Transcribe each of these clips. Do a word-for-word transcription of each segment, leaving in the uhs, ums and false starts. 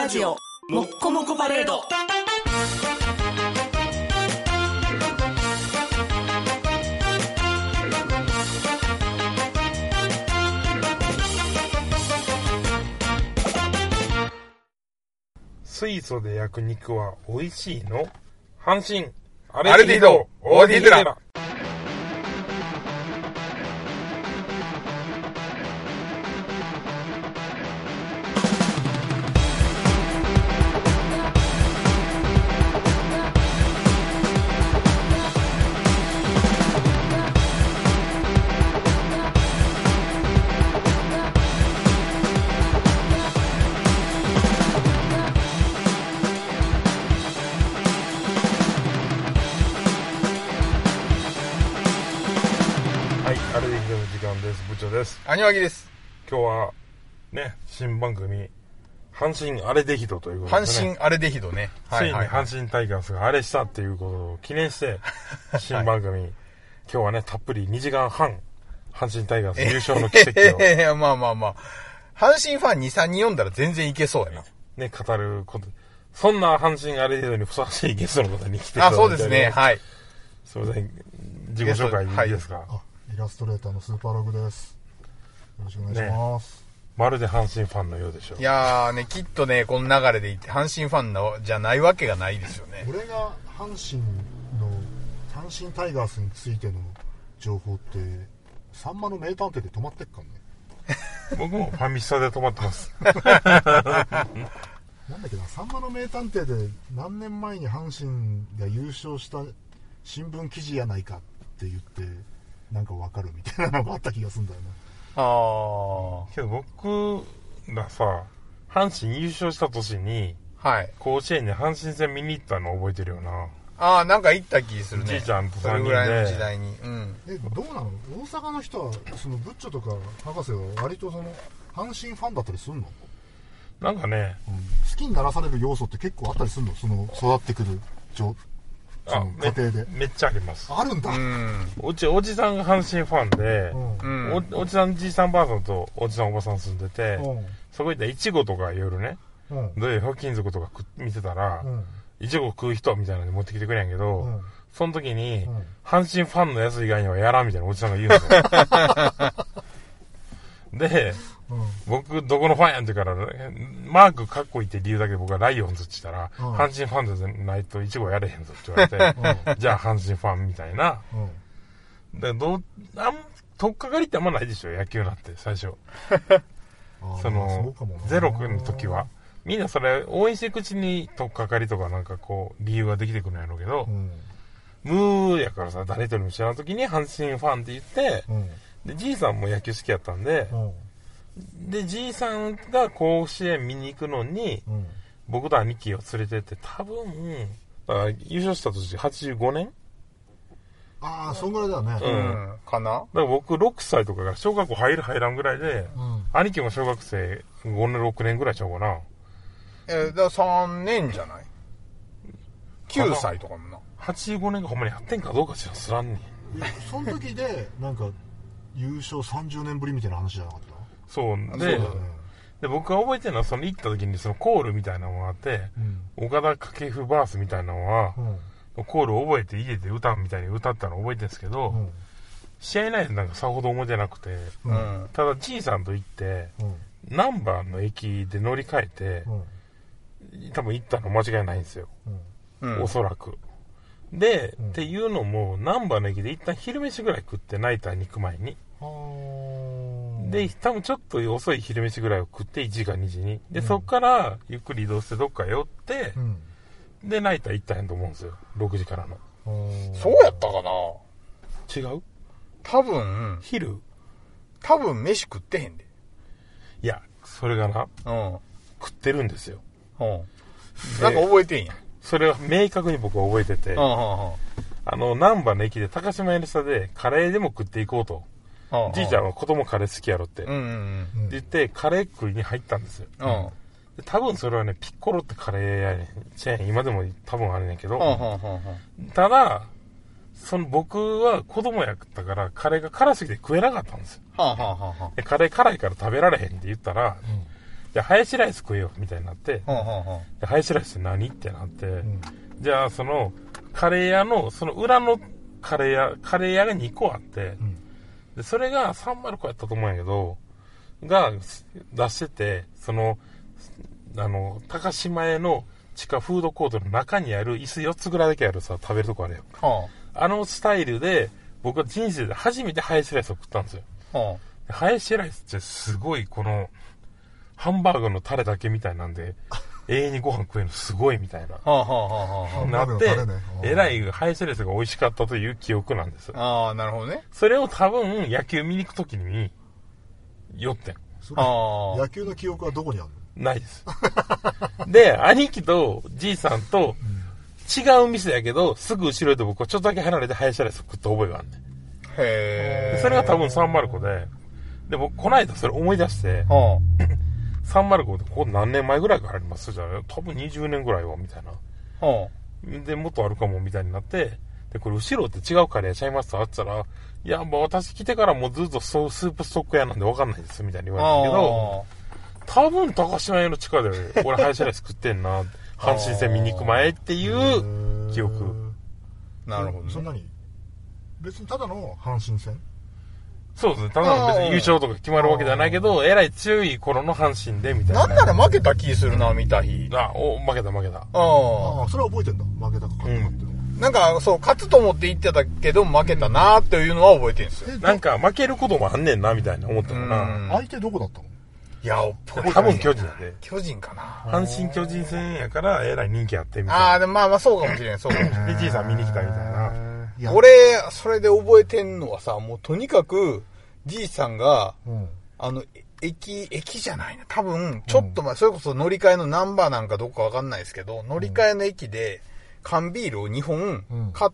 ラジオもっこもこパレード。 水素で焼く肉は美味しいの？阪神アアルディドオーディドラ。 部長です。 アニワギです。 今日はね、新番組阪神アレデヒドということで、ね、 阪神アレデヒドね、 はいはいはい、ついに阪神タイガースがアレしたっていうことを記念して新番組、はい、今日はねたっぷりにじかんはん阪神タイガース優勝の奇跡を、 えー、まあまあまあ阪神ファン にさんにん読んだら全然いけそうやなね、語ること、そんな阪神アレデヒドにふさわしいゲストの方に来ていただいて、 あ、そうですね、はい。 すみません、自己紹介いいですか？はい、 イラストレーターのスーパーログです。よろしくお願いします、ね、 まるで阪神ファンのようでしょう。 いやーね、きっとねこの流れでいって阪神ファンのじゃないわけがないですよね。 俺が阪神の阪神タイガースについての情報ってさんまの名探偵で止まってっかんね。 僕もファミスタで止まってますなんだっけな、さんまの名探偵で何年前に阪神が優勝した新聞記事やないかって言ってなんかわかるみたいなのがあった気がするんだよね。 ああ。 けど僕がさ、阪神優勝した年に、 はい。 甲子園に阪神戦見に行ったの覚えてるよな。 ああ、なんか行った気するね。 じいちゃんとさんにんで。 それぐらいの時代に。うん。 え、どうなの？大阪の人は、そのブッチョとか博士は割とその阪神ファンだったりするの？ なんかね、 うん、好きにならされる要素って結構あったりするの？その育ってくる状その家庭でめ, めっちゃあります。 あるんだ。 うんうちおじさんが阪神ファンで、うん、お, おじさんじいさんばあさんとおじさんおばさん住んでて、うん、そこ行ったらいちごとか夜ね、うん、どういうひょうきん族とか見てたら、いちご食う人みたいなのに持ってきてくれんやけど、うん、その時に、うん、阪神ファンのやつ以外にはやらんみたいなおじさんが言うんですよ。で、うん、僕どこのファンやんって言うから、マークかっこいいって理由だけで僕はライオンズって言ったら、うん、阪神ファンじゃないとイチゴやれへんぞって言われて、うん、じゃあ阪神ファンみたいな、うん、でどうあんとっかかりってあんまないでしょ野球なんて最初そのゼロの時はみんなそれ応援していくうちにとっかかりとかなんかこう理由ができてくるんやろうけど、うん、ムーやからさ誰とでも知らん時に阪神ファンって言って、うん、でじいさんも野球好きやったんで、うんで、じいさんが甲子園見に行くのに、うん、僕と兄貴を連れてって多分、だから優勝した年はちじゅうごねん？ ああ、そんぐらいだよね。 うん。かな？だから僕ろくさいとかから小学校入る入らんぐらいで、うん、兄貴も小学生ごねんろくねんぐらいちゃうかな。 えー、だからさんねんじゃない？きゅうさいとかもな。 はちじゅうごねんがほんまにやってんかどうか知らんねん。 その時で、なんか、優勝さんじゅうねんぶりみたいな話じゃなかった？ そうで、ね、で僕が覚えてるのはその行った時にそのコールみたいなのがあって、うん、岡田掛布バースみたいなのは、うん、コールを覚えて家で歌うみたいに歌ったのを覚えてるんですけど、うん、試合内でなんかさほど思い出なくて、うん、ただじいさんと行って、うん、ナンバーの駅で乗り換えて、うん、多分行ったの間違いないんですよ、うん、おそらくで、うん、っていうのもナンバーの駅で一旦昼飯ぐらい食ってナイターに行く前にで、多分ちょっと遅い昼飯ぐらいを食っていちじかにじに。で、うん、そっからゆっくり移動してどっか寄って、うん、で、ナイター行ったんやと思うんですよ。ろくじからの。 そうやったかな？ 違う？ 多分。 昼？ 多分飯食ってへんで。 いや、それがな、うん、食ってるんですよ。 うん。なんか覚えてんや。 それは明確に僕は覚えてて、うんうんうん、あの、難波の駅で高島屋の下でカレーでも食っていこうと。じいちゃんは子供カレー好きやろって、うんうんうん、って言ってカレー食いに入ったんですよ、うん、で多分それはねピッコロってカレーやねんチェーン今でも多分あるねんけど、うんうんうん、ただその僕は子供やったからカレーが辛すぎて食えなかったんですよ、うんうんうん、でカレー辛いから食べられへんって言ったら、 じゃあハヤシライス食えよみたいになって、 はんはんはん、 でハヤシライス何ってなって、 うん、 じゃあそのカレー屋のその裏のカレー屋カレー屋がにこあって、うん、でそれがさんまるこやったと思うんやけどが出してて、そのあの高島屋の地下フードコートの中にある椅子よっつぐらいだけあるさ食べるとこあるよ、はあ、あのスタイルで僕は人生で初めてハヤシライスを食ったんですよ、はあ、ハヤシライスってすごいこのハンバーグのタレだけみたいなんで永遠にご飯食えるのすごいみたいな、はあはあはあ、なって、ね、えらいハヤシライスが美味しかったという記憶なんです。 ああ、なるほどね。 それを多分野球見に行くときに酔ってん。 あ、野球の記憶はどこにあるの？ ないです。で、兄貴とじいさんと違う店やけど、すぐ後ろで僕はちょっとだけ離れてハヤシライス食った覚えがあるねん。へー。それが多分さんまるごで、で、僕この間それ思い出して、はあさんまるごでここ何年前ぐらいからありますじゃあ多分にじゅうねんぐらいはみたいな、はあ、でもっとあるかもみたいになって、でこれ後ろって違うカレーちゃいますとあったら、いやもう私来てからもうずっとスープストック屋なんで分かんないですみたいに言われたけど、多分高島屋の地下で俺ハヤシライス食ってんな阪神戦見に行く前っていう記憶。 なるほど、ね、 そんなに別にただの阪神戦？ そうですね。ただの別に優勝とか決まるわけじゃないけど、えらい強い頃の阪神でみたいな。 なんなら負けた気するな、見た日。 あ、お、負けた負けた。ああ、それは覚えてんだ。負けたか勝ったかっていうの、 うん。なんか、そう、勝つと思って言ってたけど、負けたなっていうのは覚えてるんですよ。 なんか、負けることもあんねんな、みたいな思ったのな。 相手どこだったの？ いや、 多分巨人やで。 巨人かな。 阪神巨人戦やから、えらい人気あってみたいな。 ああ、でもまあまあそうかもしれない、そうかもしれない。 で、じいさん見に来たみたいな。 俺、それで覚えてんのはさ、もうとにかく、じいさんが、うん、あの、駅、駅じゃないな。多分、ちょっと前、うん、それこそ乗り換えのナンバーなんかどこかわかんないですけど、乗り換えの駅で、缶ビールをにほん買って、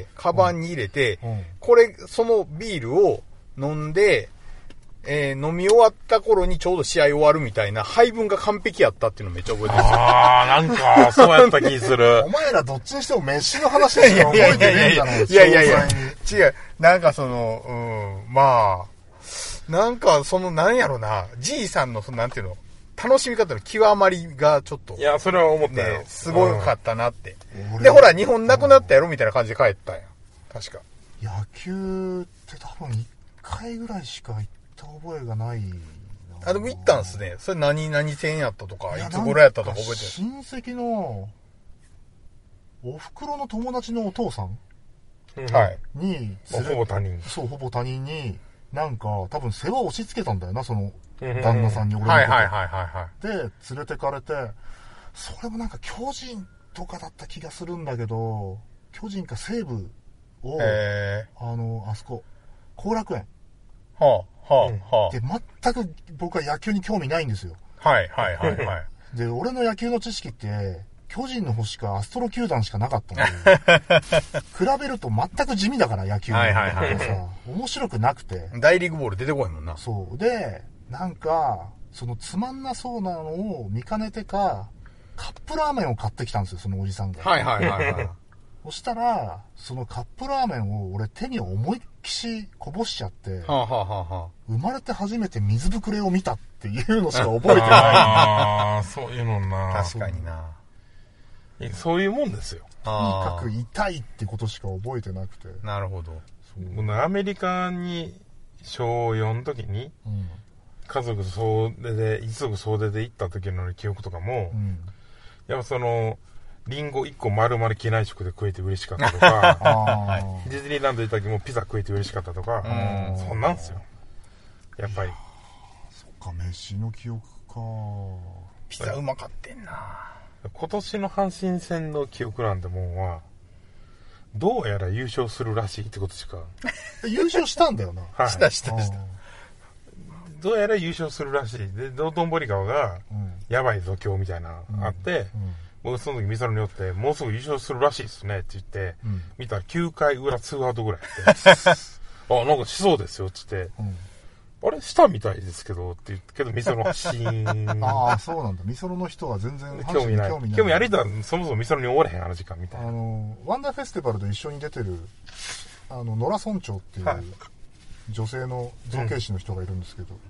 カバンに入れて、うんうん、これ、そのビールを飲んで、えー、飲み終わった頃にちょうど試合終わるみたいな配分が完璧やったっていうのめっちゃ覚えてます。 ああ、なんか、そうやった気する。 お前らどっちにしても飯の話でしか覚えてねえんだろ。 いやいやいや、違う。なんかその、うん、まあ、なんか、その、なんやろな、じいさんの、その、なんていうの、楽しみ方の極まりがちょっと。 いや、それは思ったよ。 ね、すごかったなって。うん、で、ほら、日本なくなったやろみたいな感じで帰ったんや。確か。 野球って多分いっかいぐらいしか行った覚えがないな。 あ、でも行ったんすね。それ何、何戦やったとか、いつ頃やったとか覚えてる？ 親戚の、お袋の友達のお父さん、 うん、はい。 に、 ほぼ他人。 そう、ほぼ他人に、なんか、多分世話を押し付けたんだよな、その、旦那さんに俺のこと。 はいはいはいはい。 で、連れてかれて、それもなんか巨人とかだった気がするんだけど、巨人か西武を、あの、あそこ、後楽園。 はあ、はあ、はあ。で、全く僕は野球に興味ないんですよ。 はいはいはいはい。 で、俺の野球の知識って、巨人の星かアストロ球団しかなかったので、比べると全く地味だから野球の。はいはいはい。さ、面白くなくて。 大リーグボール出てこいもんな。 そう。で、なんか、そのつまんなそうなのを見かねてか、カップラーメンを買ってきたんですよ、そのおじさんが。 はいはいはいはい。 そしたら、そのカップラーメンを俺手に思いっきしこぼしちゃって、 はあはあはあ、 生まれて初めて水ぶくれを見たっていうのしか覚えてない。 ああ、そういうのな。 確かにな。 そういうもんですよ。 とにかく痛いってことしか覚えてなくて。 なるほど。 アメリカにしょうよんの時に、うん、家族総出で、一族総出で行った時の記憶とかも、うん、やっぱその、リンゴいっこ丸々機内食で食えて嬉しかったとか、ディズニーランド行った時もピザ食えて嬉しかったとか、そんなんすよ。やっぱり。 そっか、飯の記憶か。 ピザうまかってんな。 今年の阪神戦の記憶なんてもんは、どうやら優勝するらしいってことしか。 優勝したんだよな。 はい、したしたした。 どうやら優勝するらしい。で、道頓堀川が、やばいぞ今日みたいな、うん、あって、うん、僕その時ミサルによって、もうすぐ優勝するらしいですねって言って、うん、見たらきゅうかい裏ツーアウトぐらいあって、あ、なんかしそうですよって言って、うんあれしたみたいですけどって言ってけどミソロのシーンああそうなんだ。ミソロの人は全然興味ない興味ない興味ある人はそもそもミソロに終われへんあの時間みたいな。 あのワンダーフェスティバルで一緒に出てるあの野良村長っていう女性の造形師の人がいるんですけど、うん、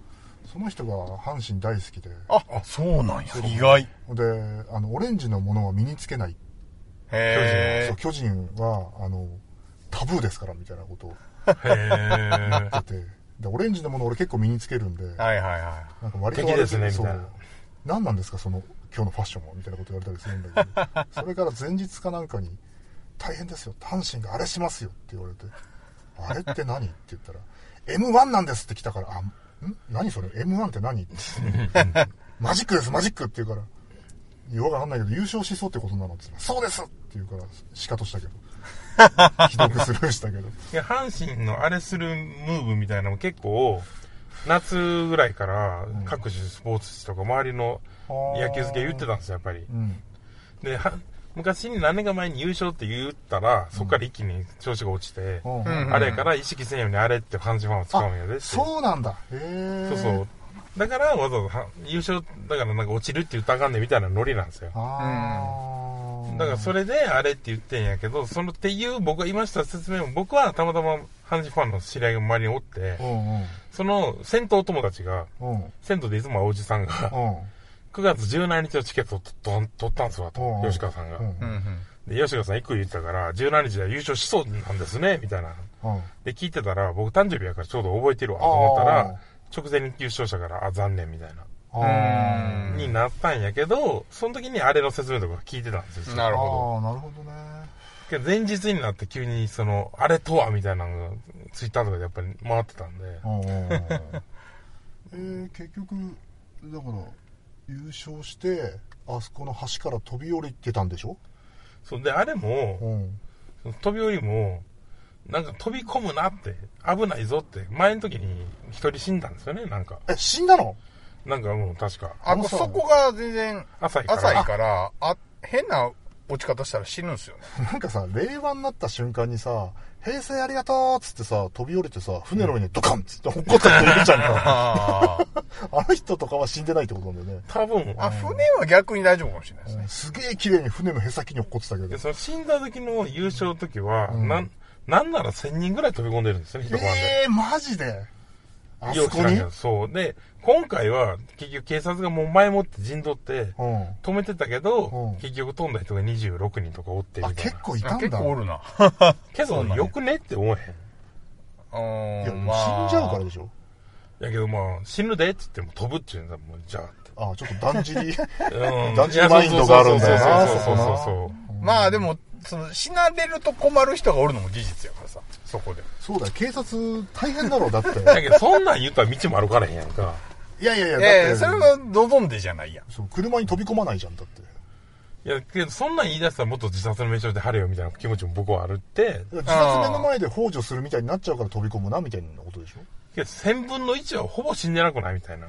その人が阪神大好きで。 あ、そうなんや。意外。 で、あの、オレンジのものは身につけない。 へー。巨人は、あの、タブーですから、みたいなことを言ってて。で、オレンジのもの俺結構身につけるんで。 はいはいはい。 なんか割と敵ですね、みたいな。 何なんですか、その、今日のファッションはみたいなこと言われたりするんだけど。それから前日かなんかに、大変ですよ。阪神があれしますよって言われて。あれって何って言ったら、エムワン なんですって来たから、あ、ん何それ エムワン って何ってマジックですマジックって言うから、よくわかんないけど優勝しそうってことなのって言ったら、そうですって言うからシカトしたけどひどくスルーしたけど。 いや、阪神のあれするムーブみたいなのも結構夏ぐらいから各種スポーツ紙とか周りの野球好きが言ってたんですよ、やっぱり、うん、で昔に何年か前に優勝って言ったら、そこから一気に調子が落ちて、うん、あれから意識せんようにあれって阪神ファンは使うんやでって。 そうなんだ。へそうそう。だからわざわざ優勝、だからなんか落ちるって言ったらあかんねんみたいなノリなんですよ。あだからそれであれって言ってんやけど、そのっていう僕が今した説明も、僕はたまたま阪神ファンの知り合いが周りにおって、うんうん、その銭湯友達が、うん、銭湯でいつもおじさんが、うんくがつじゅうしちにちのチケットを取ったんですわと、吉川さんが、うんうん、で吉川さん行く言ってたからじゅうしちにちで優勝しそうなんですねみたいな、うん、で聞いてたら僕誕生日やからちょうど覚えてるわと思ったら直前に優勝したからあ残念みたいなになったんやけど、その時にあれの説明とか聞いてたんですよ。 なるほどなるほどね。 けど前日になって急にそのあれとはみたいなのがツイッターとかでやっぱり回ってたんでえー、結局だから優勝してあそこの橋から飛び降りてたんでしょ。 そうであれも、うん、飛び降りもなんか飛び込むなって危ないぞって前の時に一人死んだんですよね。なんかえ死んだのなんかもう確かあのそこが全然浅いから浅いからあ変な落ち方したら死ぬんですよね。 なんかさ令和になった瞬間にさ平成ありがとうっつってさ飛び降りてさ船の上にドカンっつって落っこった人いるじゃんかあの人とかは死んでないってことなんだよね多分。 あ船は逆に大丈夫かもしれないですね、うん、 すげえ綺麗に船のへさきに落っこってたけどその死んだ時の優勝の時は、うん、なんなんならせんにんぐらい飛び込んでるんですよね、一晩で。 えーマジであそこにそうで今回は結局警察がもう前もって陣取って止めてたけど、うん、結局飛んだ人がにじゅうろくにんとかおってみたいな。 あ結構いたんだ。 結構おるなけどよくねって思えへん。いや、まあ、死んじゃうからでしょ。 やけどまあ死ぬでって言っても飛ぶっていうんだもんじゃあって。 あちょっとだんじりだんじりマインドがあるんだよな。 そうそうそうそう。 まあでもその死なれると困る人がおるのも事実やからさ、そこで。 そうだよ、警察大変だろうだって。 だけどそんなん言ったら道も歩かれへんやんか。 いやいやいや、だって、えー、それは望んでじゃないやん。 そう車に飛び込まないじゃんだって。 いやけどそんなん言い出したらもっと自殺の名称で晴れよみたいな気持ちも僕はあるって。 自殺目の前で幇助するみたいになっちゃうから飛び込むなみたいなことでしょ。 いや千分の一はほぼ死んでなくないみたいな。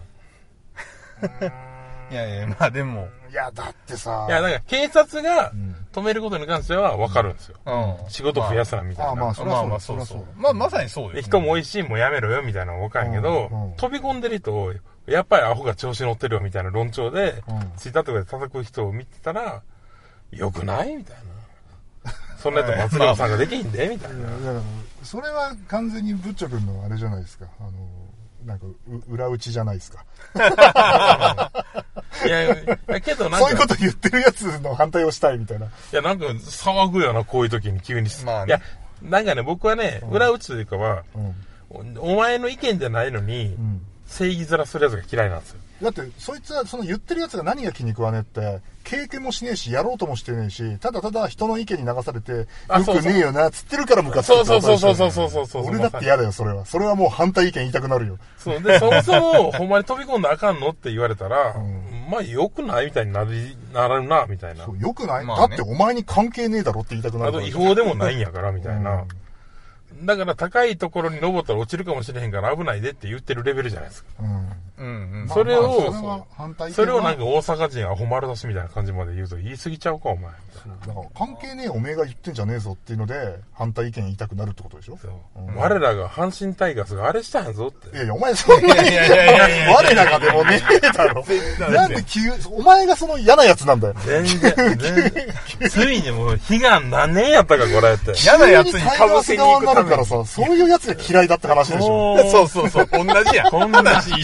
いやいや、まあでも。 いや、だってさ。 いや、だから警察が止めることに関しては分かるんですよ。うん、仕事増やすなみたいな。 まあ、まあ、それはそう、 まあ、そうそう。まあ、まさにそうです、ね。 人も美味しいもうやめろよみたいなの分かるけど、うんうん、飛び込んでる人、やっぱりアホが調子乗ってるよみたいな論調で、うん、ツイッターとかで叩く人を見てたら、よくないみたいな。そんなやつ松永さんができんでみたいな。いやいやそれは完全にブッチョ君のあれじゃないですか。あのなんか裏打ちじゃないですか。 いやいやけどなんかそういうこと言ってるやつの反対をしたいみたいな。いやなんか騒ぐよなこういう時に急に。まあね、いやなんかね僕はね、うん、裏打ちというかは、うん、お前の意見じゃないのに、うん、正義面するやつが嫌いなんですよ。 だってそいつはその言ってるやつが何が気に食わねえって経験もしねえしやろうともしてねえしただただ人の意見に流されてよくねえよなつってるからムカつく。 そうそうそうそうそうそうそうそう。 俺だって嫌だよそれは。それはもう反対意見言いたくなるよ。 そうでそもそもほんまに飛び込んだらあかんのって言われたら、うん、まあ良くないみたいになりなるなみたいな。 そう良くない、まあね、だってお前に関係ねえだろって言いたくなる。 あと違法でもないんやからみたいな。うんだから高いところに登ったら落ちるかもしれへんから危ないでって言ってるレベルじゃないですか。うん。うんうん。それを、まあまあ、そ, れそれをなんか大阪人アホ丸出しみたいな感じまで言うと言い過ぎちゃうかお前。 だから関係ねえおめえが言ってんじゃねえぞっていうので反対意見言いたくなるってことでしょ。そう。 うん、我らが阪神タイガースがあれしたんやぞって。 いやいやお前そんなに我らがでもねえだろ。なんで急お前がその嫌なやつなんだよ。全然。全然ついにもう悲願何年やったかこれって。 嫌なやつにかぶせに行くために。 からさそういうやつが嫌いだって話でしょ。 そうそうそう同じやん。こんな話一緒になっ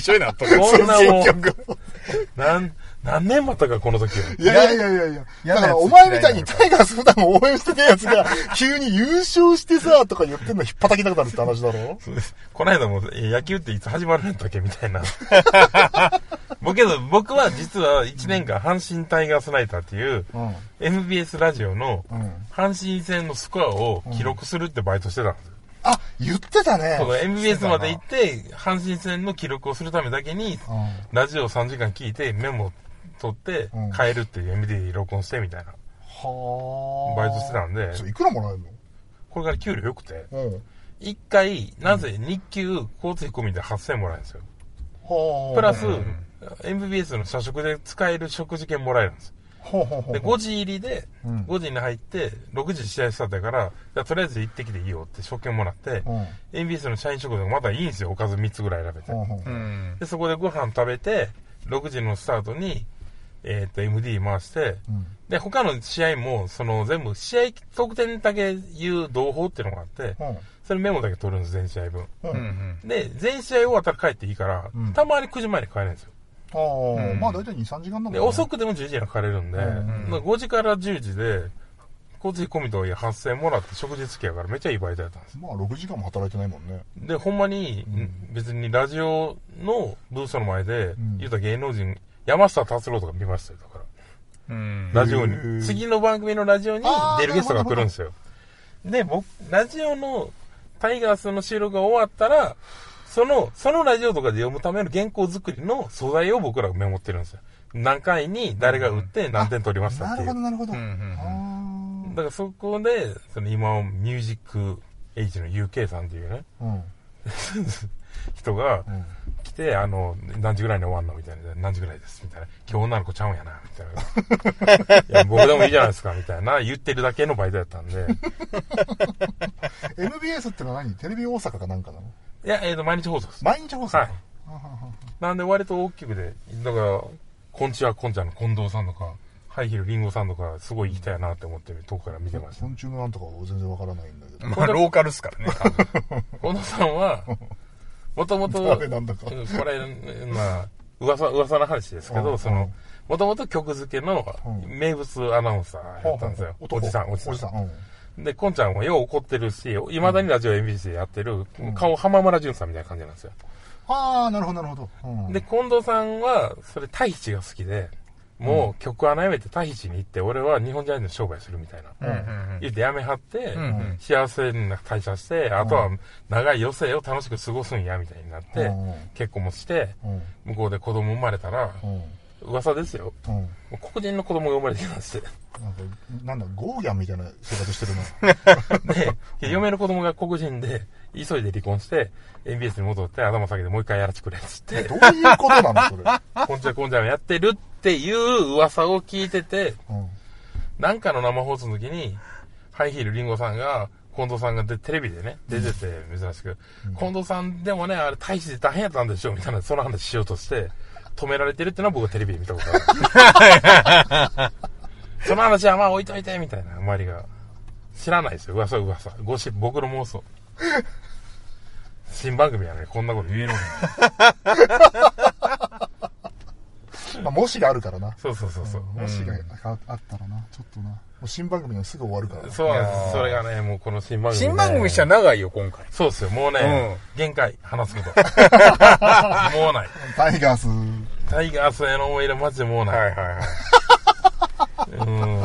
とか。 こんなもう結局。 なん何年待ったか、この時は。 いやいやいやいやいや。だからお前みたいにタイガース普段応援してたやつが、急に優勝してさ、とか言ってんの引っ叩きたくなるって話だろ。 そうです。この間も、え野球っていつ始まるんだっけみたいな。僕けど、僕は実はいちねんかん阪神タイガースナイターっていう、うん、エムビーエス ラジオの阪神戦のスコアを記録するってバイトしてたんですよ。 うん、あ、言ってたね。 そう、エムビーエス まで行って、阪神戦の記録をするためだけに、うん、ラジオをさんじかん聞いてメモ取って変えるっていう エムディー で録音してみたいな、はバイトしてたんで。 それいくらもらえるの？ これから給料良くて、いっかいなぜ日給交通費込みではっせんもらえるんですよ。プラス エムビーエス の社食で使える食事券もらえるんです。でごじ入りでごじに入ってろくじ試合スタートやから、じゃあとりあえず行ってきていいよって食券もらって、エムビーエス の社員食堂がまだいいんですよ。おかずみっつぐらい選べて、でそこでご飯食べてろくじのスタートにえっと エムディー 回して、うん、で他の試合もその全部試合得点だけ言う同胞っていうのがあって、うん、それメモだけ取るんです、全試合分、うん、で全試合終わったら帰っていいから、うん、たまにくじまえに帰れるんですよ。 ああ、うん、まあ大体に、さんじかんなんだね。で遅くてもじゅうじには帰れるんで、うんうん、ごじからじゅうじで交通費込みとはいえはっせんもらって食事付きやからめっちゃいいバイトやったんです。 まあろくじかんも働いてないもんね。 でほんまに、うん、別にラジオのブースの前で、うん、言うた芸能人山下達郎とか見ましたよ。だからうん、ラジオに次の番組のラジオに出るゲストが来るんですよ。で僕ラジオのタイガースの収録が終わったらそのそのラジオとかで読むための原稿作りの素材を僕らがメモってるんですよ。何回に誰が打って何点取りましたっていう、 うん、なるほどなるほど。だからそこでその今ミュージックエイジの ユーケー さんっていうね、うん、人が来て、あの何時ぐらいに終わんのみたいな、何時ぐらいですみたいな、今日女の子ちゃうんやなみたいな、いや僕でもいいじゃないですかみたいな言ってるだけのバイトやったんで。 エムビーエス ってのは何？テレビ大阪かなんかなの？ いや、えーと毎日放送です。 毎日放送、はい、 なんで割と大きくで、だからこんちはこんちゃんの近藤さんとかハイヒールリンゴさんとかすごい行きたいなって思って遠くから見てました。 昆虫のなんとかは全然わからないんだけど、 まあローカルっすからね。 近藤さんはもともとこれまあ噂噂の話ですけど、そのもともと曲付けの名物アナウンサーやったんですよ。おじさんおじさんで、こんちゃんはよう怒ってるし、いまだにラジオ エムビーエス でやってる、うん、顔浜村淳さんみたいな感じなんですよ。 ああ、なるほどなるほど、 うん、で近藤さんはそれタヒチが好きで、もう曲穴やめてタヒチに行って俺は日本人の商売するみたいな、うん、言ってやめはって、うん、幸せな退社して、うん、あとは長い余生を楽しく過ごすんやみたいになって、うん、結婚もして、うん、向こうで子供生まれたら、うん噂ですよ、うん、黒人の子供が生まれてきまして、 なんかなんだゴーギャンみたいな生活してるな。で嫁の子供が黒人で急いで離婚して エムビーエス に戻って頭下げてもう一回やらせてくれっつって、 どういうことなのそれ。 こんちゃこんちゃやってるっていう噂を聞いてて、うん、なんかの生放送の時にハイヒールリンゴさんが近藤さんがでテレビでね出てて珍しく、うん、近藤さんでもねあれ大使で大変やったんでしょみたいなその話しようとして止められてるっていうのは僕はテレビで見たことある。その話はまあ置いといてみたいな周りが知らないですよ。噂噂ゴシップ僕の妄想。新番組やねこんなこと言えるのに。 まあもしがあるからな。 そうそうそうそう。 もしがあったらなちょっとな。もう新番組がすぐ終わるから。 そうなんです。それがねもうこの新番組、ね。 新番組したら長いよ今回。 そうですよもうね、うん、限界話すこと。もうない。 タイガース。 タイガースへの思い入れマジでもうない。はいはいはい。うん。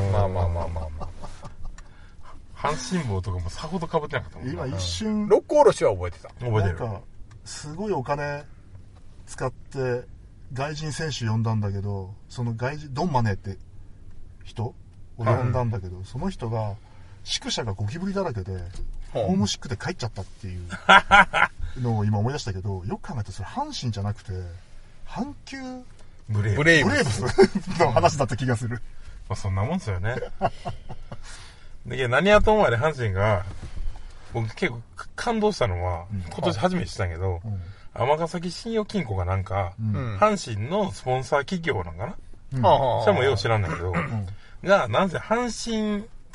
まあまあまあまあまあ。阪神帽とかもさほど被ってなかったもん。 今一瞬。 六甲おろしは覚えてた。 覚えてる。 なんかすごいお金使って外人選手呼んだんだけど、その外人ドンマネって人を呼んだんだけど、その人が宿舎がゴキブリだらけで、ホームシックで帰っちゃったっていうのを今思い出したけど、よく考えたらそれ阪神じゃなくて阪急ブレーブブレーブスの話だった気がする。 まあそんなもんですよね。で何やともあれ阪神が僕結構感動したのは、うん、今年初めて知ったけど、尼、うん、崎信用金庫がなんか、うん、阪神のスポンサー企業なんかな、うん、それもよう知らんだけど、うん、がなんせ阪神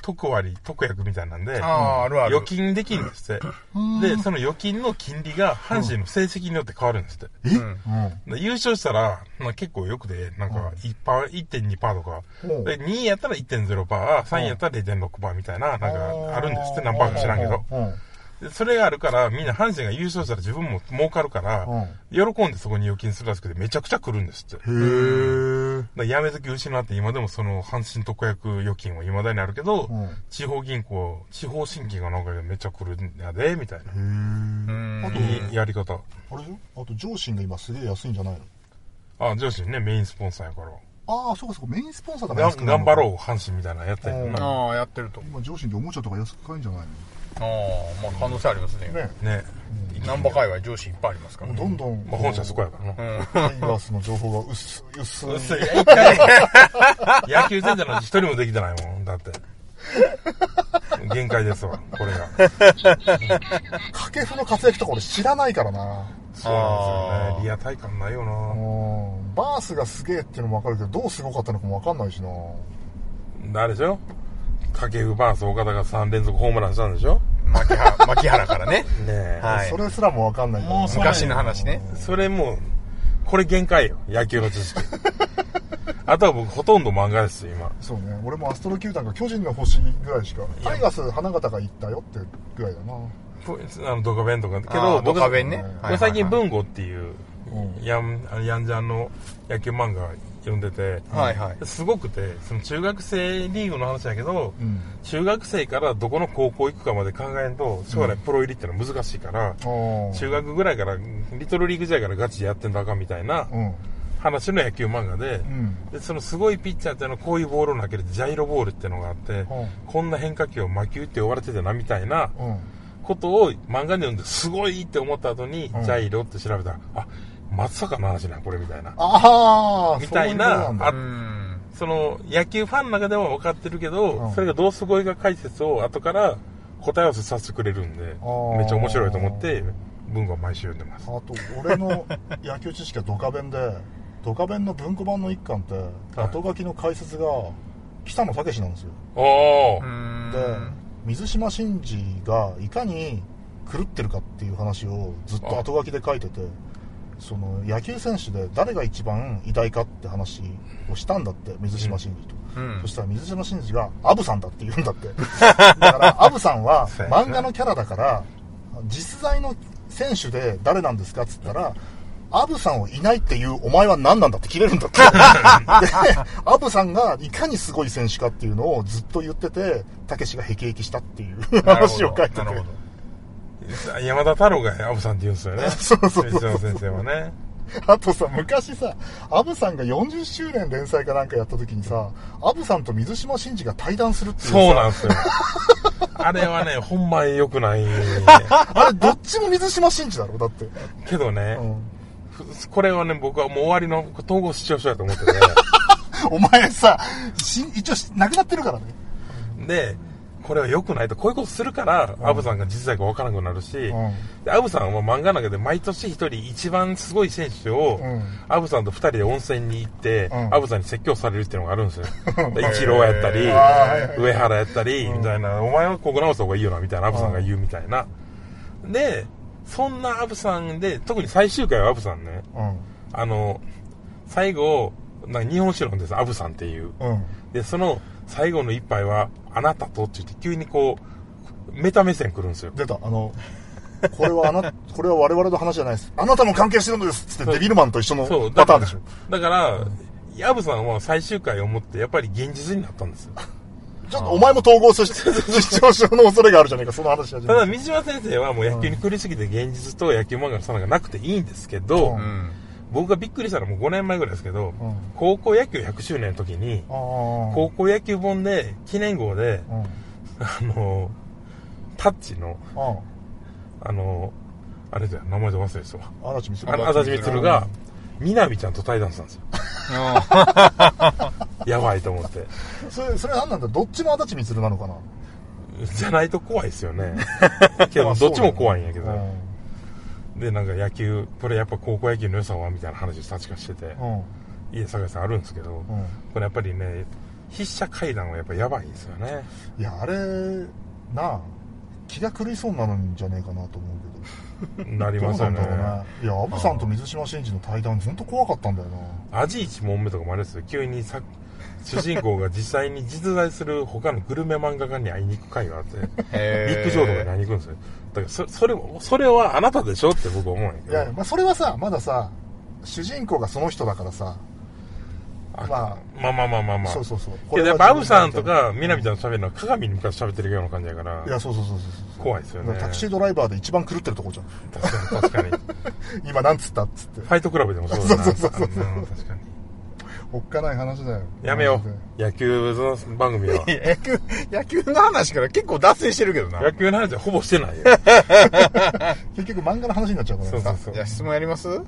特割、特約みたいなんで、 ああ、あるある。 預金できるんですって。で、その預金の金利が阪神の成績によって変わるんですって。 え、 うん、優勝したら、まあ、結構よくて、なんか いちパーセント、いってんにパーセントとか、で、にいやったら いってんゼロパーセント、さんいやったら れいてんろくパーセント みたいな、なんかあるんですって、何パーか知らんけど。それがあるから、みんな阪神が優勝したら自分も儲かるから、うん、喜んでそこに預金するらしくてめちゃくちゃ来るんですって。へー。 だやめ時失って今でもその阪神特約預金は未だにあるけど、うん、地方銀行、地方新規がなんかめっちゃ来るんやで、みたいな。へー。あと、いいやり方。 あれあと上信が今すげえ安いんじゃないの？ あ、上信ね、メインスポンサーやから。 ああ、そうかそうか、メインスポンサーだから安くなるのか。頑張ろう、阪神みたいなのやってるな。ああ、やってると。 今上信でおもちゃとか安く買えんじゃないの？ ああ、まあ可能性ありますね。 ね。ね。 ナンバ界隈上司いっぱいありますから、 ね。どんどん。 まあ本社そこやからな。 タイガースの情報が薄い、薄い。 薄い。一回、野球選手のうち一人もできてないもん。だって。限界ですわ、これが。 掛布の活躍とか俺知らないからな。 そうなんですよね。リア体感ないよな。 バースがすげえっていうのもわかるけど、どうすごかったのかもわかんないしな。 あれでしょ？掛布バース岡田がさんれんぞくホームランしたんでしょ？ 牧原、牧原からね。 ね、はい、それすらもわかんない。 もう昔の話ね。 それもう、これ限界よ。野球の知識。あとは僕ほとんど漫画ですよ、今。 そうね。俺もアストロ球団が巨人の星ぐらいしか。タイガース花形が行ったよってぐらいだな。 あの、ドカベンとか。けど、 ドカベンね。 最近文吾っていう、やん、やんじゃんの野球漫画読んでて、 はいはい、 すごくて、その中学生リーグの話だけど、うん、中学生からどこの高校行くかまで考えんと、将来プロ入りってのは難しいから、うん、中学ぐらいから、リトルリーグ時代からガチでやってんだかみたいな、うん話の野球漫画 で,、うん、でそのすごいピッチャーっていうのはこういうボールを投げるジャイロボールっていうのがあって、うん、こんな変化球を魔球って呼ばれてたなみたいなことを漫画で読んですごいって思った後に、うん、ジャイロって調べたらあ松坂の話なこれみたいなあみたいなあその野球ファンの中では分かってるけど、うん、それがどうすごいか解説を後から答え合わせさせてくれるんでめっちゃ面白いと思って文庫を毎週読んでます。 あと俺の野球知識はドカベンでドカベンの文庫版の一巻って、はい、後書きの解説が北野武なんですよ。 おで水島新司がいかに狂ってるかっていう話をずっと後書きで書いてて、その野球選手で誰が一番偉大かって話をしたんだって水島新司と、うん、そしたら水島新司がアブさんだって言うんだってだからアブさんは漫画のキャラだから実在の選手で誰なんですかっつったらアブさんをいないっていうお前は何なんだって切れるんだってでアブさんがいかにすごい選手かっていうのをずっと言っててたけしがへきへきしたっていう話を書いてて山田太郎がアブさんって言うんですよねそうそうそうそう先生はねあとさ昔さアブさんがよんじゅっしゅうねん連載かなんかやった時にさアブさんと水島新司が対談するっていうさそうなんですよあれはねほんまに良くないあれどっちも水島新司だろだってけどね、うんこれはね、僕はもう終わりの統合失調症だと思ってて。 お前さ、一応亡くなってるからね。 で、これは良くないと、こういうことするから、うん、アブさんが実在か分からなくなるし、うん、でアブさんは漫画の中で毎年一人一番すごい選手を、うん、アブさんと二人で温泉に行って、うん、アブさんに説教されるっていうのがあるんですよ。イチローやったり、上原やったり、みたいな、お前はここ直した方がいいよな、みたいな、アブさんが言うみたいな。で、そんなアブさんで、特に最終回はアブさんね、うん、あの、最後、なんか日本酒飲んです、アブさんっていう。うん、で、その最後の一杯は、あなたとって言って、急にこう、メタ目線来るんですよ。 出た、あの、これはあな、これは我々の話じゃないです。あなたも関係してるんですつってデビルマンと一緒のパターンでしょ。 だから、うん、アブさんは最終回をもって、やっぱり現実になったんですよ。 ちょっとお前も統合失調症の恐れがあるじゃないか、その話は。 ただ、水島先生はもう野球に狂いすぎて現実と野球漫画の差がなくていいんですけど、うん、僕がびっくりしたのはもうごねんまえぐらいですけど、うん、高校野球ひゃくしゅうねんの時に、高校野球本で、記念号で、うん、あの、タッチの、あの、あれだよ、名前で忘れですわ。 足立みつる。 足立みつるが、みなみちゃんと対談したんですよ。やばいと思って。 それ、それ何なんだどっちも足立みつるなのかなじゃないと怖いですよね。けど、どっちも怖いんやけど。うん、で、なんか野球、これやっぱ高校野球の良さはみたいな話を確かしてて、うん、家、坂井さんあるんですけど、うん、これやっぱりね、 筆者会談はやっぱやばいですよね。 いやあれなあ気が狂いそうになるんじゃねえかなと思うけどなりますよね。 どうなんだろうね。いやアブさんと水島新司の対談本当怖かったんだよな。 アジ一問目とかもあれですよ。急にさ主人公が実際に実在する他のグルメ漫画家に会いに行く会があって陸上とかに会いに行くんですよ。だから そ, それもそれはあなたでしょって僕は思うんやけど。 いや、まあ、それはさまださ主人公がその人だからさあ、 ままあまあまあまあまあそうそうそうけどやっぱアブさんとかみなみちゃんと喋るのは鏡に向かって喋ってるような感じやから。 いやそうそうそうそう怖いですよね。 タクシードライバーで一番狂ってるとこじゃん。 確かに確かに今なんつったっつってファイトクラブでもそうだな。 そうそうそうそう、 うん、確かにおっかない話だよ。 やめよう野球の番組は野球野球の話から結構脱線してるけどな。 野球の話はほぼしてないよ結局漫画の話になっちゃうから。 そうそうそう。 じゃあ質問やります。 はい。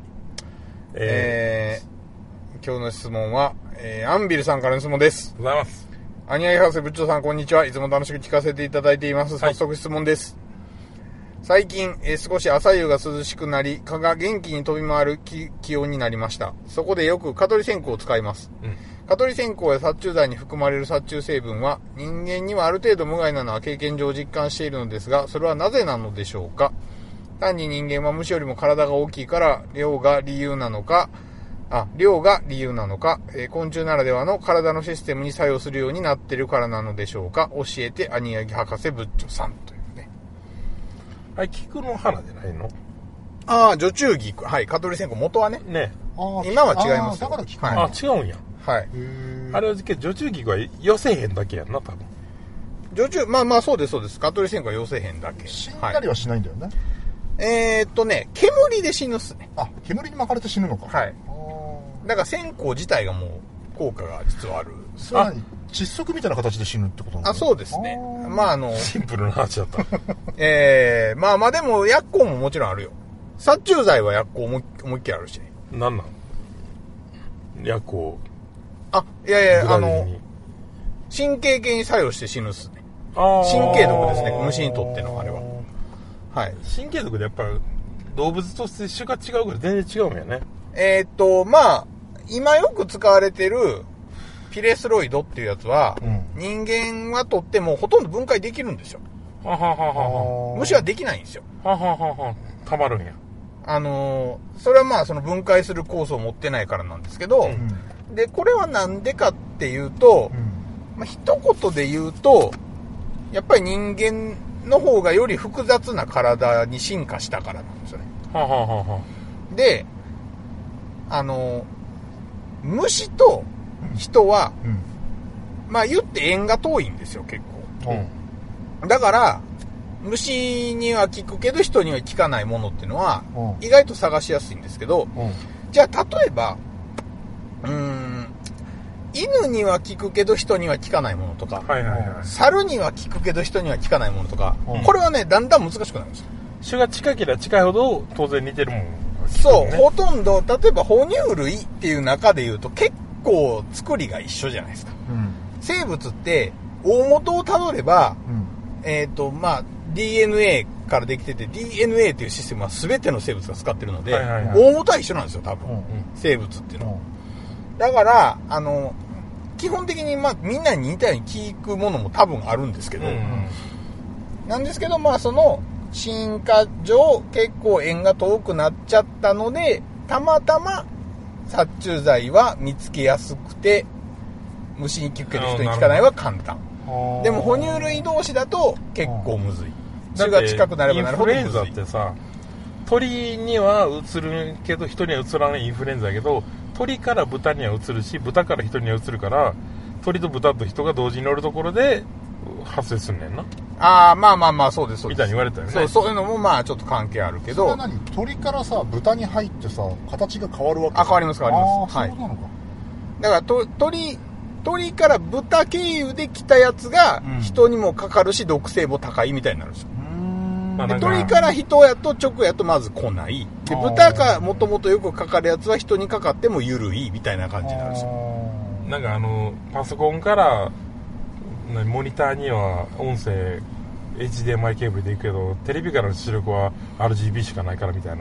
えー、今日の質問は、えー、アンビルさんからの質問です。 ございます。 アニアイハウス部長さんこんにちは。いつも楽しく聞かせていただいています。早速質問です。はい、最近、えー、少し朝夕が涼しくなり、蚊が元気に飛び回る気、気温になりました。そこでよく蚊取り線香を使います。うん、蚊取り線香や殺虫剤に含まれる殺虫成分は人間にはある程度無害なのは経験上実感しているのですが、それはなぜなのでしょうか。単に人間は虫よりも体が大きいから量が理由なのか、あ、量が理由なのか、えー、昆虫ならではの体のシステムに作用するようになっているからなのでしょうか。教えてアニヤギ博士ブッチョさんというね。 あれ菊の花じゃないの？ ああ、除虫菊。はい、蚊取り線香元はね。 ね。 あ今は違いますよ。 だから菊、はい、 あ、違うんや。 はい。 あれは除虫菊は寄せへんだけやんな、多分。 除虫、まあまあそうですそうです。蚊取り線香は寄せへんだけ。 死んだりはしないんだよね。はい、 えー、っとね、煙で死ぬっすね。 あ、煙に巻かれて死ぬのか。 はい。だから線香自体がもう効果が実はある。 それは何？窒息みたいな形で死ぬってことなの？ あ、そうですね。あまああのシンプルな話だった。 えー、まあまあでも薬効ももちろんあるよ。殺虫剤は薬効思い思いっきりあるしね。 なんなん薬効。 あ、いやいやあの神経系に作用して死ぬっすね。神経毒ですね。虫にとってのあれは。はい。 神経毒でやっぱ動物として種が違うから全然違うんやね。 えー、っとまあ今よく使われてるピレスロイドっていうやつは、うん、人間はとってもほとんど分解できるんですよ。 はははは虫はできないんですよ。 ははははたまるんや。 あのー、それはまあその分解する酵素を持ってないからなんですけど、うん、でこれはなんでかっていうと、うんまあ、一言で言うとやっぱり人間の方がより複雑な体に進化したからなんですよね。 ははははであの虫と人は、うん、まあ言って縁が遠いんですよ結構、うん、だから虫には効くけど人には効かないものっていうのは、うん、意外と探しやすいんですけど、うん、じゃあ例えばうーん犬には効くけど人には効かないものとか、はいはいはい、猿には効くけど人には効かないものとか、うん、これはねだんだん難しくなるんですよ。 種が近ければ近いほど当然似てるもん、ね、 そうほとんど例えば哺乳類っていう中でいうと結構作りが一緒じゃないですか、うん、生物って大元をたどれば、うん、えっとまあ ディーエヌエー からできてて ディーエヌエー っていうシステムは全ての生物が使ってるので、はいはいはい、大元は一緒なんですよ多分、うんうん、生物っていうのは、うん、だからあの基本的にまあみんなに似たように聞くものも多分あるんですけど、うんうん、なんですけどまあその進化上結構縁が遠くなっちゃったのでたまたま殺虫剤は見つけやすくて虫に効くけど人に効かないは簡単。でも哺乳類同士だと結構むずい。種が近くなればなるほどむずい。インフルエンザってさ鳥にはうつるけど人にはうつらないインフルエンザだけど鳥から豚にはうつるし豚から人にはうつるから鳥と豚と人が同時に乗るところで発生するんねんな。 ああまあまあまあそうですそうですみたいに言われたよね。 そうそういうのもまあちょっと関係あるけど。 それは何鳥からさ豚に入ってさ形が変わるわけ？ あ変わります変わります。 ああ、はい、そうなのか。 だからと鳥鳥から豚経由で来たやつが人にもかかるし、うん、毒性も高いみたいになるんですよ。で鳥から人やと直やとまず来ないで豚がもともとよくかかるやつは人にかかっても緩いみたいな感じになるんですよ。 なんかあのパソコンからモニターには音声 エイチディーエムアイ ケーブルでいくけどテレビからの出力は アールジービー しかないからみたいな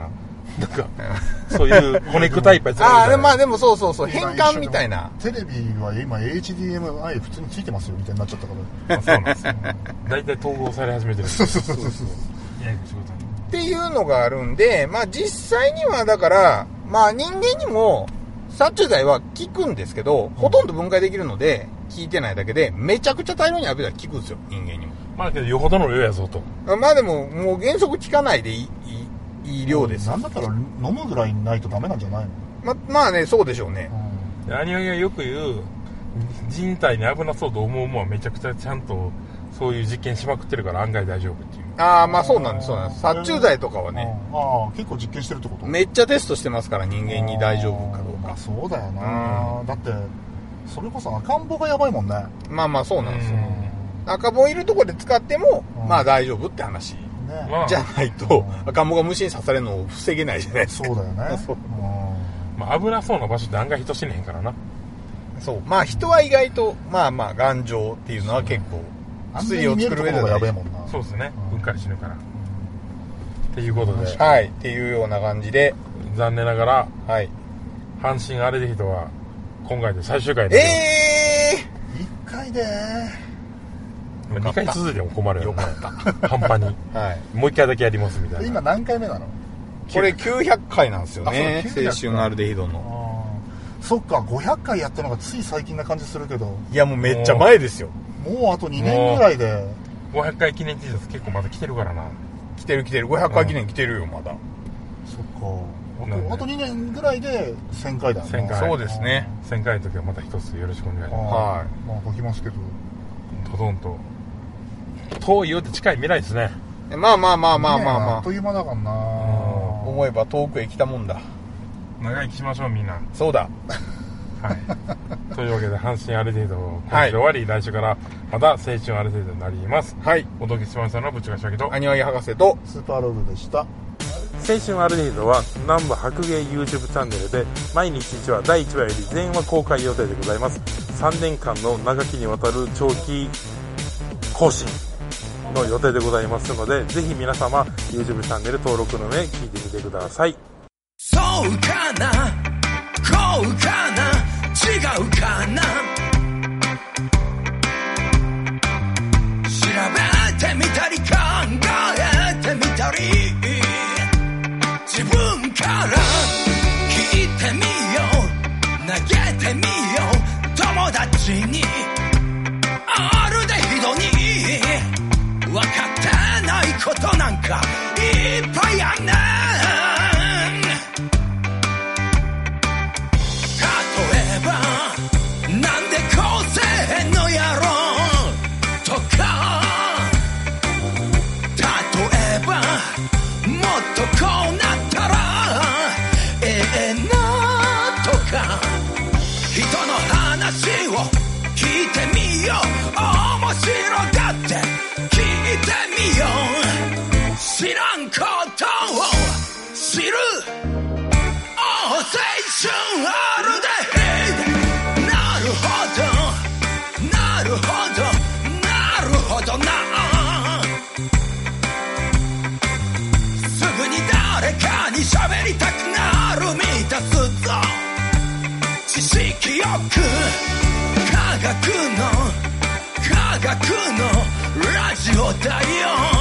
なんかそういうコネクタいっぱいつなげてああ、でまあでもそうそうそう、変換みたいな。 テレビは今 エイチディーエムアイ 普通についてますよみたいになっちゃったから。そうなんですよ。大体統合され始めてる。 そうそうそうそう。 ややこしいことにっていうのがあるんで、まあ実際にはだから、まあ人間にも殺虫剤は効くんですけど、ほとんど分解できるので、効いてないだけで、めちゃくちゃ大量に浴びたら効くんですよ、人間にも。 まあけどよほどの量やぞと。 まあでも、もう原則効かないでいい、いい、いい量です。 なんだったら飲むぐらいないとダメなんじゃないの？ ま、まあね、そうでしょうね。 うん、アニメがよく言う、人体に危なそうと思うもんはめちゃくちゃちゃんと、そういう実験しまくってるから案外大丈夫っていう。 ああ、まあそうなんです、そうなんです。殺虫剤とかはね、 ああ、結構実験してるってこと？ めっちゃテストしてますから、人間に大丈夫かどうか。 まあそうだよな、うん、だって、それこそ赤ん坊がやばいもんね。 まあまあそうなんですよ。赤ん坊いるところで使っても、まあ大丈夫って話。ね、じゃないと、赤ん坊が虫に刺されるのを防げないじゃないですか。 そうだよね。そう。 まあ危なそうな場所って案外人死ねへんからな。 そう。まあ人は意外と、まあまあ頑丈っていうのは結構、薬を作る上ではやべえもんな。 そうですね。うん、うっかり死ぬから。っていうことで。 はい。っていうような感じで。 残念ながら、 はい。 阪神アレデヒドは、今回で最終回で。 えー、いっかいでー。にかい続いても困るよね。 よかった。 半端に。 はい。 もういっかいだけやりますみたいな。 今何回目なの？ これきゅうひゃっかいなんですよね。青春アルデヒドの。 そっか、ごひゃっかいやったのがつい最近な感じするけど。 いやもうめっちゃ前ですよ。 もうあとにねんぐらいで。 ごひゃっかい記念 T シャツ結構まだ来てるからな。 来てる来てる。ごひゃっかい記念来てるよ、まだ。 そっか。あとにねんぐらいでせんかいだね。 せんかい。 そうですね。 せんかいの時はまた一つよろしくお願いします。 はい。 まあ書きますけど。 ドドンと。遠いよって近い未来ですね。 まあまあまあまあまあまあ。 あっという間だからな。 思えば遠くへ来たもんだ。 長生きしましょうみんな。 そうだ。 はい。というわけで、阪神アルデヒド、今週終わり、はい、来週からまた青春アルデヒドになります。 はい。 お届けしましたのは、ぶっちがしわけと、 アニワギ博士と、 スーパーロードでした。 青春アルデヒドは、南部白芸 YouTube チャンネルで、毎日いちわ、だいいちわより全話公開予定でございます。さんねんかんの長きにわたる長期更新の予定でございますので、ぜひ皆様、YouTube チャンネル登録の上、聞いてみてください。 そうかな、こうかな、違うかな、調べてみたり考えてみたり、自分から聞いてみよう、投げてみよう、友達に、アルデヒドに、分かってないことなんかいっぱいあんねん。なんでこうせんのやろとか、例えばもっとこうなったらええなとか、人の話を聞いてみよう、面白がって聞いてみよう、知らんことを知る、青春あるで喋りたくなる満たすぞ、知識よく科学の科学のラジオだよ。